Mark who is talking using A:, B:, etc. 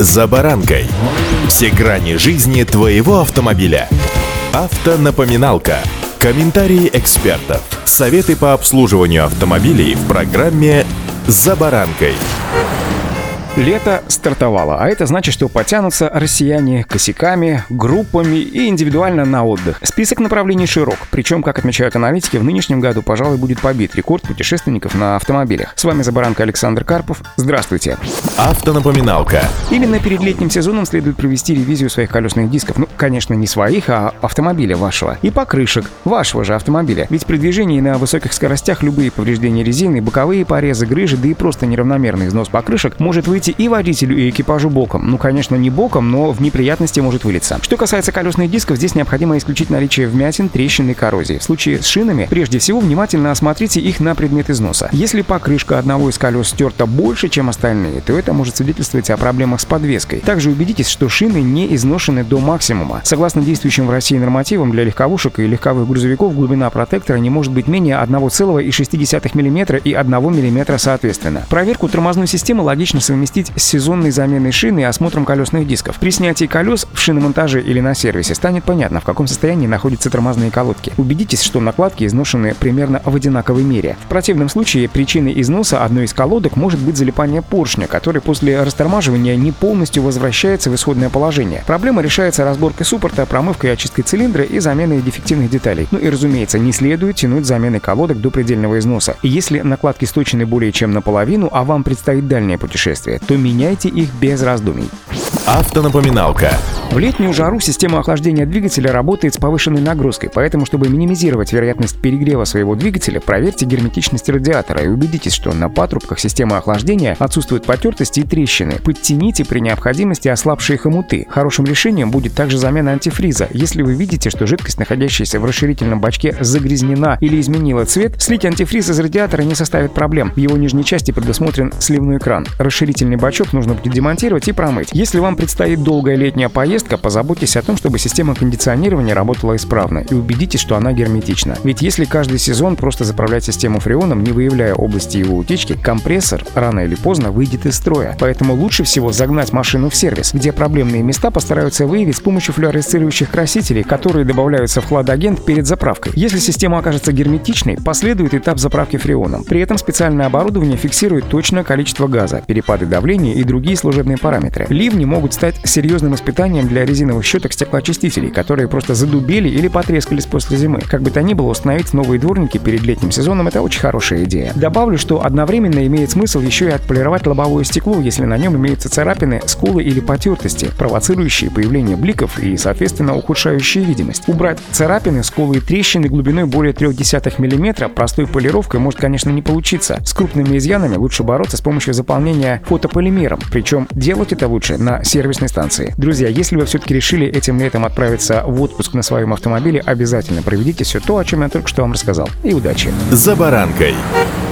A: «За баранкой». Все грани жизни твоего автомобиля. Автонапоминалка. Комментарии экспертов. Советы по обслуживанию автомобилей в программе «За баранкой».
B: Лето стартовало, а это значит, что потянутся россияне косяками, группами и индивидуально на отдых. Список направлений широк, причем, как отмечают аналитики, в нынешнем году, пожалуй, будет побит рекорд путешественников на автомобилях. С вами «За баранкой» Александр Карпов. Здравствуйте.
A: Автонапоминалка.
B: Именно перед летним сезоном следует провести ревизию своих колесных дисков. Ну, конечно, не своих, а автомобиля вашего. И покрышек вашего же автомобиля. Ведь при движении на высоких скоростях любые повреждения резины, боковые порезы, грыжи, да и просто неравномерный износ покрышек может выйти и водителю, и экипажу боком. Ну, конечно, не боком, но в неприятности может вылиться. Что касается колесных дисков, здесь необходимо исключить наличие вмятин, трещин и коррозии. В случае с шинами, прежде всего, внимательно осмотрите их на предмет износа. Если покрышка одного из колес стерта больше, чем остальные, то это может свидетельствовать о проблемах с подвеской. Также убедитесь, что шины не изношены до максимума. Согласно действующим в России нормативам, для легковушек и легковых грузовиков глубина протектора не может быть менее 1,6 мм и 1 мм соответственно. Проверку тормозной системы логично совместить с сезонной заменой шины и осмотром колесных дисков. При снятии колес в шиномонтаже или на сервисе станет понятно, в каком состоянии находятся тормозные колодки. Убедитесь, что накладки изношены примерно в одинаковой мере. В противном случае причиной износа одной из колодок может быть залипание поршня, который после растормаживания не полностью возвращается в исходное положение. Проблема решается разборкой суппорта, промывкой и очисткой цилиндра и заменой дефективных деталей. Ну и, разумеется, не следует тянуть заменой колодок до предельного износа. И если накладки сточены более чем наполовину, а вам предстоит дальнее путешествие, то меняйте их без раздумий.
A: Автонапоминалка.
B: В летнюю жару система охлаждения двигателя работает с повышенной нагрузкой, поэтому, чтобы минимизировать вероятность перегрева своего двигателя, проверьте герметичность радиатора и убедитесь, что на патрубках системы охлаждения отсутствуют потертости и трещины. Подтяните при необходимости ослабшие хомуты. Хорошим решением будет также замена антифриза. Если вы видите, что жидкость, находящаяся в расширительном бачке, загрязнена или изменила цвет, слить антифриз из радиатора не составит проблем. В его нижней части предусмотрен сливной кран. Расширительный бачок нужно будет демонтировать и промыть. Если вам предстоит долгая летняя поездка, позаботьтесь о том, чтобы система кондиционирования работала исправно, и убедитесь, что она герметична. Ведь если каждый сезон просто заправлять систему фреоном, не выявляя области его утечки, компрессор рано или поздно выйдет из строя. Поэтому лучше всего загнать машину в сервис, где проблемные места постараются выявить с помощью флуоресцирующих красителей, которые добавляются в хладагент перед заправкой. Если система окажется герметичной, последует этап заправки фреоном. При этом специальное оборудование фиксирует точное количество газа, перепады давления и другие служебные параметры. Ливни могут стать серьезным испытанием для резиновых щеток стеклоочистителей, которые просто задубели или потрескались после зимы. Как бы то ни было, установить новые дворники перед летним сезоном – это очень хорошая идея. Добавлю, что одновременно имеет смысл еще и отполировать лобовое стекло, если на нем имеются царапины, сколы или потертости, провоцирующие появление бликов и, соответственно, ухудшающие видимость. Убрать царапины, сколы и трещины глубиной более 0,3 мм простой полировкой может, конечно, не получиться. С крупными изъянами лучше бороться с помощью заполнения фотополимером, причем делать это лучше на сервисной станции. Друзья, если вы все-таки решили этим летом отправиться в отпуск на своем автомобиле, обязательно проведите все то, о чем я только что вам рассказал. И удачи!
A: «За баранкой».